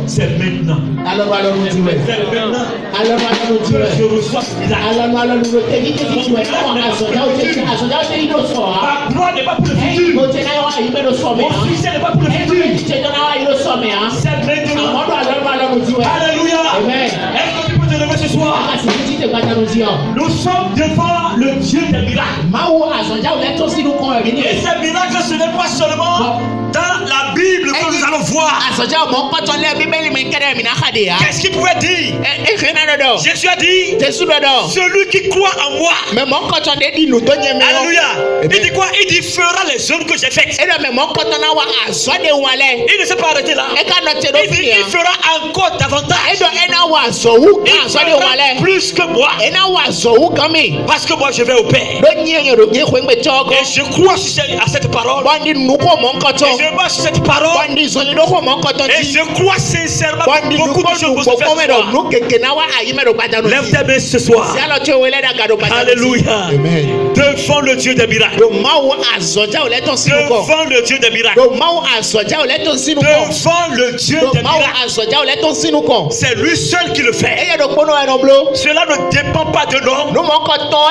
C'est maintenant. Alors nous dit ouais. C'est maintenant. Alors nous dit Que ouais. je reçois ce miracle. Alors nous te dit que tu es comment Azodia ou tu dit no so Ma gloire n'est pas pour le futur. mo te na wa ibe no so me Mon succès n'est pas pour le futur. tu te na wa ibe so me C'est maintenant. alors nous dit ouais. Alléluia. Amen. Est-ce que tu peux te lever ce soir? Nous sommes devant le Dieu des miracles. Et ces miracles, ce n'est pas seulement dans la Bible que nous allons voir. Qu'est-ce qu'il pouvait dire? Jésus a dit, celui qui croit en moi. Alléluia. Il dit quoi? Il dit, fera les œuvres que j'ai faites. Il ne s'est pas arrêté là. Il dit, il fera encore davantage. Il fera plus que moi. Parce que moi je vais au Père. Et je crois à cette parole. Et je vois sur cette parole. Et je crois sincèrement que beaucoup de choses vont se faire ce soir. Lève tes mains ce soir. Alléluia. Devant le Dieu des miracles. Devant le Dieu des miracles. Devant le Dieu des miracles. C'est lui seul qui le fait. Cela ne dépend pas de l'homme.